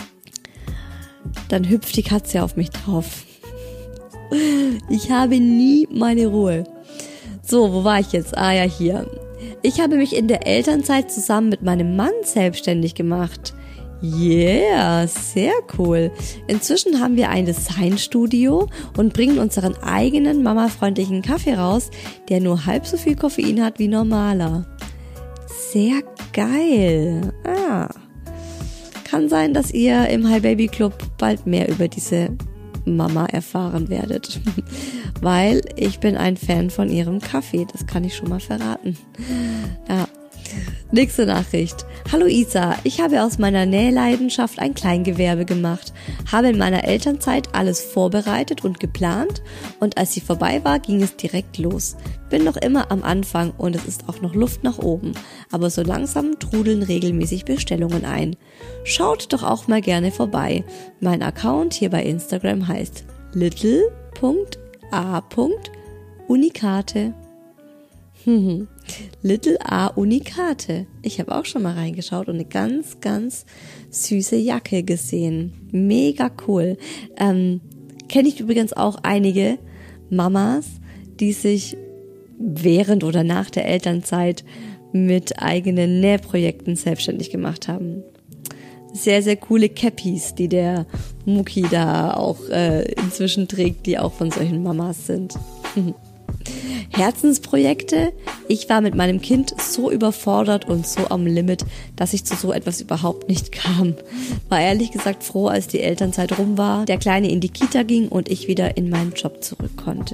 dann hüpft die Katze auf mich drauf. Ich habe nie meine Ruhe. So, wo war ich jetzt? Ah ja, hier. Ich habe mich in der Elternzeit zusammen mit meinem Mann selbstständig gemacht. Yeah, sehr cool. Inzwischen haben wir ein Designstudio und bringen unseren eigenen mamafreundlichen Kaffee raus, der nur halb so viel Koffein hat wie normaler. Sehr geil. Kann sein, dass ihr im Hi Baby Club bald mehr über diese Mama erfahren werdet. Weil ich bin ein Fan von ihrem Kaffee, das kann ich schon mal verraten. Ja. Nächste Nachricht. Hallo Isa, ich habe aus meiner Nähleidenschaft ein Kleingewerbe gemacht, habe in meiner Elternzeit alles vorbereitet und geplant und als sie vorbei war, ging es direkt los. Bin noch immer am Anfang und es ist auch noch Luft nach oben, aber so langsam trudeln regelmäßig Bestellungen ein. Schaut doch auch mal gerne vorbei. Mein Account hier bei Instagram heißt little.a.unikate. Little A Unikate. Ich habe auch schon mal reingeschaut und eine ganz, ganz süße Jacke gesehen. Mega cool. Kenne ich übrigens auch einige Mamas, die sich während oder nach der Elternzeit mit eigenen Nähprojekten selbstständig gemacht haben. Sehr, sehr coole Cappies, die der Muki da auch inzwischen trägt, die auch von solchen Mamas sind. Herzensprojekte. Ich war mit meinem Kind so überfordert und so am Limit, dass ich zu so etwas überhaupt nicht kam. War ehrlich gesagt froh, als die Elternzeit rum war, der Kleine in die Kita ging und ich wieder in meinen Job zurück konnte.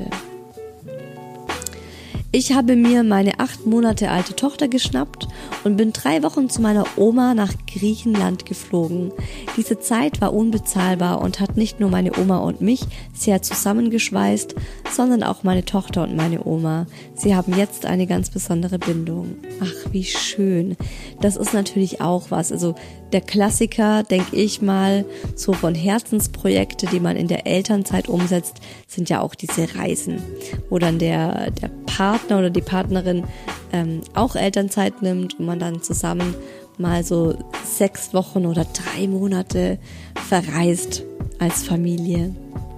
Ich habe mir meine 8 Monate alte Tochter geschnappt und bin 3 Wochen zu meiner Oma nach Griechenland geflogen. Diese Zeit war unbezahlbar und hat nicht nur meine Oma und mich sehr zusammengeschweißt, sondern auch meine Tochter und meine Oma. Sie haben jetzt eine ganz besondere Bindung. Ach, wie schön. Das ist natürlich auch was. Also der Klassiker, denke ich mal, so von Herzensprojekte, die man in der Elternzeit umsetzt, sind ja auch diese Reisen, wo dann der Partner Partner oder die Partnerin auch Elternzeit nimmt und man dann zusammen mal so 6 Wochen oder 3 Monate verreist als Familie.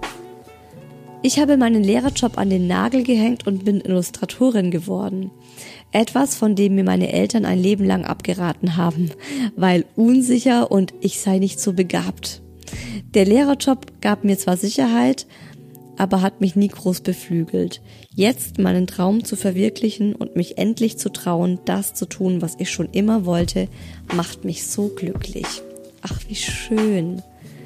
Ich habe meinen Lehrerjob an den Nagel gehängt und bin Illustratorin geworden. Etwas, von dem mir meine Eltern ein Leben lang abgeraten haben, weil unsicher und ich sei nicht so begabt. Der Lehrerjob gab mir zwar Sicherheit, aber hat mich nie groß beflügelt. Jetzt meinen Traum zu verwirklichen und mich endlich zu trauen, das zu tun, was ich schon immer wollte, macht mich so glücklich. Ach, wie schön.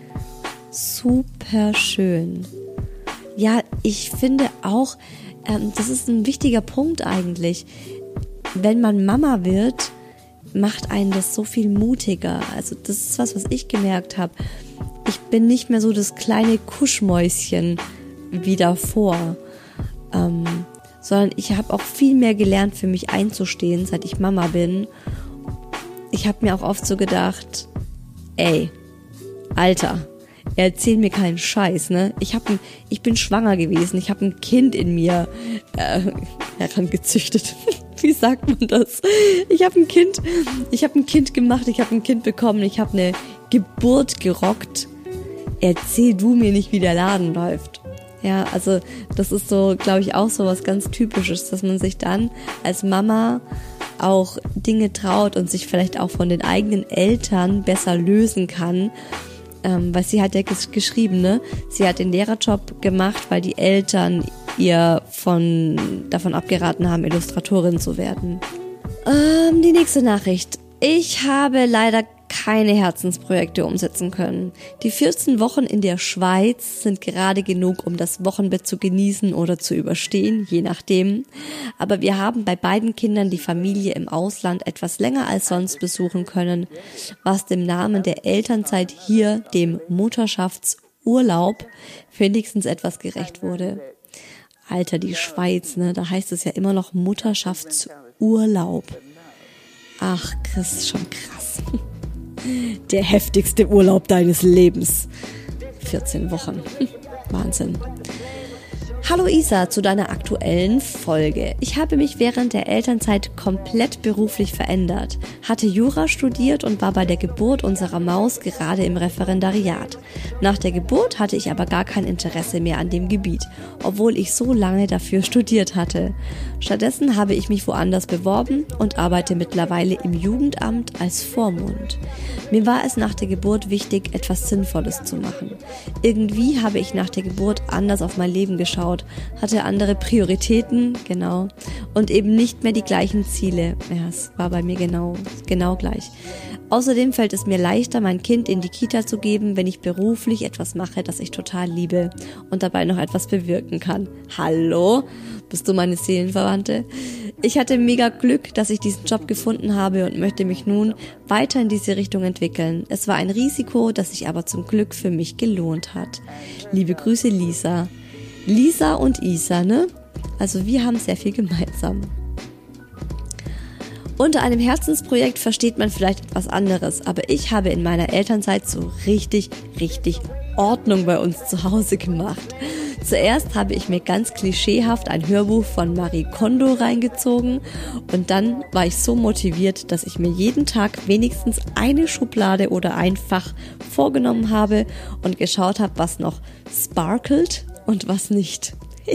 Super schön. Ja, ich finde auch, das ist ein wichtiger Punkt eigentlich. Wenn man Mama wird, macht einen das so viel mutiger. Also das ist was ich gemerkt habe. Ich bin nicht mehr so das kleine Kuschmäuschen wie davor, sondern ich habe auch viel mehr gelernt, für mich einzustehen, seit ich Mama bin. Ich habe mir auch oft so gedacht, ey, Alter, erzähl mir keinen Scheiß, ne? Ich bin schwanger gewesen, ich habe ein Kind in mir herangezüchtet. Wie sagt man das? Ich habe ein Kind gemacht, ich habe ein Kind bekommen, ich habe eine Geburt gerockt. Erzähl du mir nicht, wie der Laden läuft. Ja, also das ist so, glaube ich, auch so was ganz Typisches, dass man sich dann als Mama auch Dinge traut und sich vielleicht auch von den eigenen Eltern besser lösen kann. Weil sie hat ja geschrieben, ne? Sie hat den Lehrerjob gemacht, weil die Eltern ihr davon abgeraten haben, Illustratorin zu werden. Die nächste Nachricht. Ich habe leider keine Herzensprojekte umsetzen können. Die 14 Wochen in der Schweiz sind gerade genug, um das Wochenbett zu genießen oder zu überstehen, je nachdem. Aber wir haben bei beiden Kindern die Familie im Ausland etwas länger als sonst besuchen können, was dem Namen der Elternzeit hier, dem Mutterschaftsurlaub, wenigstens etwas gerecht wurde. Alter, die Schweiz, ne? Da heißt es ja immer noch Mutterschaftsurlaub. Ach, Chris, ist schon krass. Der heftigste Urlaub deines Lebens. 14 Wochen. Wahnsinn. Hallo Isa, zu deiner aktuellen Folge. Ich habe mich während der Elternzeit komplett beruflich verändert, hatte Jura studiert und war bei der Geburt unserer Maus gerade im Referendariat. Nach der Geburt hatte ich aber gar kein Interesse mehr an dem Gebiet, obwohl ich so lange dafür studiert hatte. Stattdessen habe ich mich woanders beworben und arbeite mittlerweile im Jugendamt als Vormund. Mir war es nach der Geburt wichtig, etwas Sinnvolles zu machen. Irgendwie habe ich nach der Geburt anders auf mein Leben geschaut, hatte andere Prioritäten, genau, und eben nicht mehr die gleichen Ziele. Ja, es war bei mir genau gleich. Außerdem fällt es mir leichter, mein Kind in die Kita zu geben, wenn ich beruflich etwas mache, das ich total liebe und dabei noch etwas bewirken kann. Hallo? Bist du meine Seelenverwandte? Ich hatte mega Glück, dass ich diesen Job gefunden habe und möchte mich nun weiter in diese Richtung entwickeln. Es war ein Risiko, das sich aber zum Glück für mich gelohnt hat. Liebe Grüße, Lisa. Lisa und Isa, ne? Also wir haben sehr viel gemeinsam. Unter einem Herzensprojekt versteht man vielleicht etwas anderes, aber ich habe in meiner Elternzeit so richtig Ordnung bei uns zu Hause gemacht. Zuerst habe ich mir ganz klischeehaft ein Hörbuch von Marie Kondo reingezogen und dann war ich so motiviert, dass ich mir jeden Tag wenigstens eine Schublade oder ein Fach vorgenommen habe und geschaut habe, was noch sparkelt und was nicht.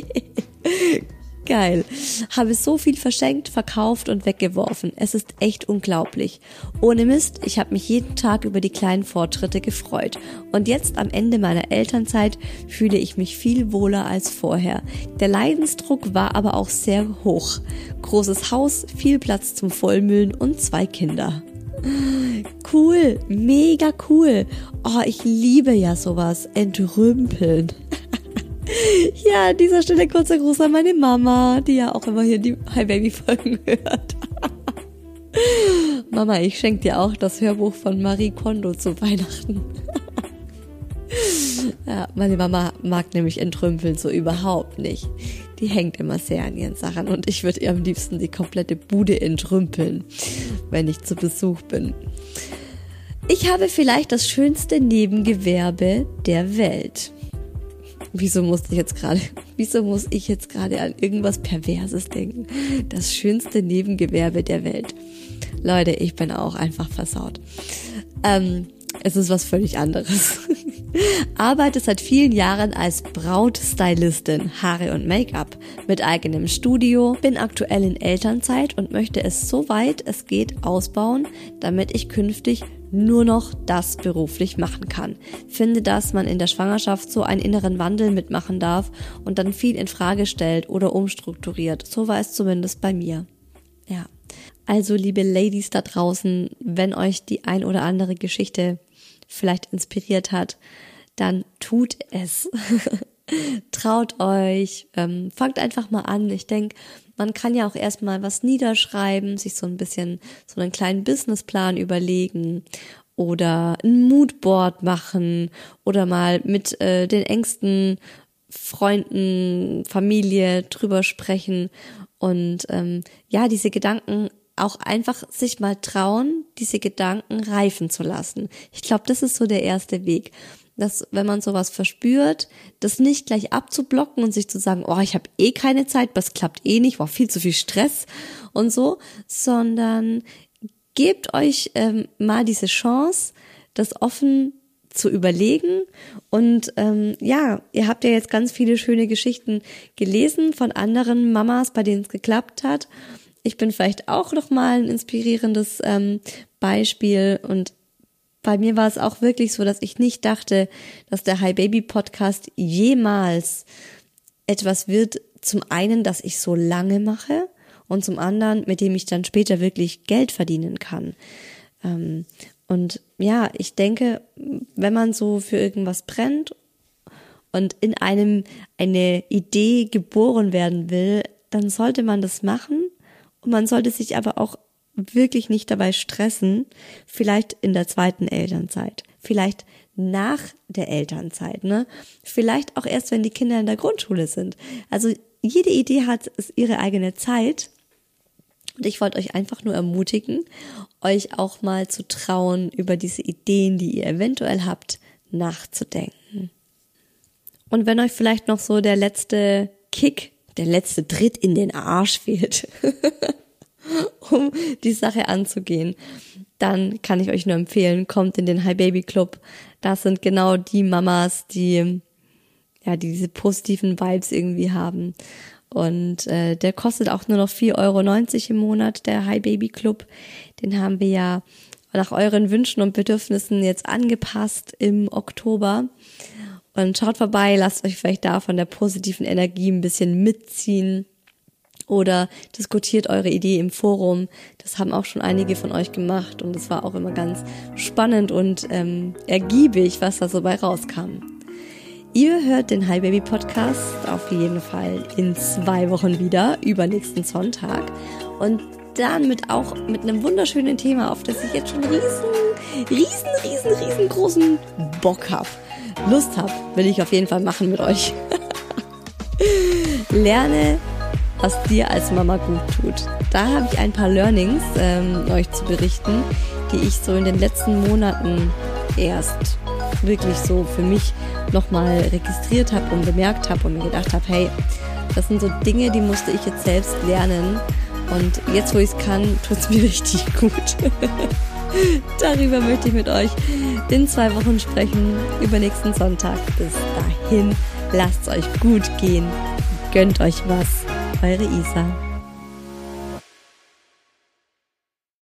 Geil. Habe so viel verschenkt, verkauft und weggeworfen. Es ist echt unglaublich. Ohne Mist, ich habe mich jeden Tag über die kleinen Fortschritte gefreut. Und jetzt am Ende meiner Elternzeit fühle ich mich viel wohler als vorher. Der Leidensdruck war aber auch sehr hoch. Großes Haus, viel Platz zum Vollmüllen und 2 Kinder. Cool, mega cool. Oh, ich liebe ja sowas. Entrümpeln. Ja, an dieser Stelle kurzer Gruß an meine Mama, die ja auch immer hier die Hi Baby Folgen hört. Mama, ich schenke dir auch das Hörbuch von Marie Kondo zu Weihnachten. Ja, meine Mama mag nämlich Entrümpeln so überhaupt nicht. Die hängt immer sehr an ihren Sachen und ich würde ihr am liebsten die komplette Bude entrümpeln, wenn ich zu Besuch bin. Ich habe vielleicht das schönste Nebengewerbe der Welt. Wieso muss ich jetzt gerade an irgendwas Perverses denken? Das schönste Nebengewerbe der Welt. Leute, ich bin auch einfach versaut. Es ist was völlig anderes. Arbeite seit vielen Jahren als Brautstylistin, Haare und Make-up mit eigenem Studio, bin aktuell in Elternzeit und möchte es so weit es geht ausbauen, damit ich künftig nur noch das beruflich machen kann. Finde, dass man in der Schwangerschaft so einen inneren Wandel mitmachen darf und dann viel in Frage stellt oder umstrukturiert. So war es zumindest bei mir. Ja. Also, liebe Ladies da draußen, wenn euch die ein oder andere Geschichte vielleicht inspiriert hat, dann tut es. Traut euch, fangt einfach mal an. Ich denke, man kann ja auch erstmal was niederschreiben, sich so ein bisschen so einen kleinen Businessplan überlegen oder ein Moodboard machen oder mal mit den engsten Freunden, Familie drüber sprechen und diese Gedanken auch einfach sich mal trauen, diese Gedanken reifen zu lassen. Ich glaube, das ist so der erste Weg, dass wenn man sowas verspürt, das nicht gleich abzublocken und sich zu sagen, oh, ich habe keine Zeit, das klappt nicht, viel zu viel Stress und so, sondern gebt euch mal diese Chance, das offen zu überlegen und ihr habt ja jetzt ganz viele schöne Geschichten gelesen von anderen Mamas, bei denen es geklappt hat. Ich bin vielleicht auch nochmal ein inspirierendes Beispiel und bei mir war es auch wirklich so, dass ich nicht dachte, dass der Hi Baby Podcast jemals etwas wird, zum einen, dass ich so lange mache und zum anderen, mit dem ich dann später wirklich Geld verdienen kann. Und ja, ich denke, wenn man so für irgendwas brennt und in einem eine Idee geboren werden will, dann sollte man das machen. Und man sollte sich aber auch wirklich nicht dabei stressen, vielleicht in der zweiten Elternzeit, vielleicht nach der Elternzeit, vielleicht auch erst, wenn die Kinder in der Grundschule sind. Also jede Idee hat ihre eigene Zeit und ich wollte euch einfach nur ermutigen, euch auch mal zu trauen, über diese Ideen, die ihr eventuell habt, nachzudenken. Und wenn euch vielleicht noch so der letzte Kick, der letzte Tritt in den Arsch fehlt, um die Sache anzugehen, dann kann ich euch nur empfehlen, kommt in den Hi Baby Club. Das sind genau die Mamas, die diese positiven Vibes irgendwie haben. Und der kostet auch nur noch 4,90 € im Monat, der Hi Baby Club. Den haben wir ja nach euren Wünschen und Bedürfnissen jetzt angepasst im Oktober. Und schaut vorbei, lasst euch vielleicht da von der positiven Energie ein bisschen mitziehen oder diskutiert eure Idee im Forum. Das haben auch schon einige von euch gemacht und es war auch immer ganz spannend und ergiebig, was da so bei rauskam. Ihr hört den Hi Baby Podcast auf jeden Fall in 2 Wochen wieder, übernächsten Sonntag und dann mit einem wunderschönen Thema, auf das ich jetzt schon riesengroßen Bock habe. Lust habe, will ich auf jeden Fall machen mit euch. Lerne, was dir als Mama gut tut. Da habe ich ein paar Learnings euch zu berichten, die ich so in den letzten Monaten erst wirklich so für mich nochmal registriert habe und bemerkt habe und mir gedacht habe, hey, das sind so Dinge, die musste ich jetzt selbst lernen und jetzt, wo ich es kann, tut es mir richtig gut. Darüber möchte ich mit euch in 2 Wochen sprechen, übernächsten Sonntag. Bis dahin, lasst es euch gut gehen, gönnt euch was. Eure Isa.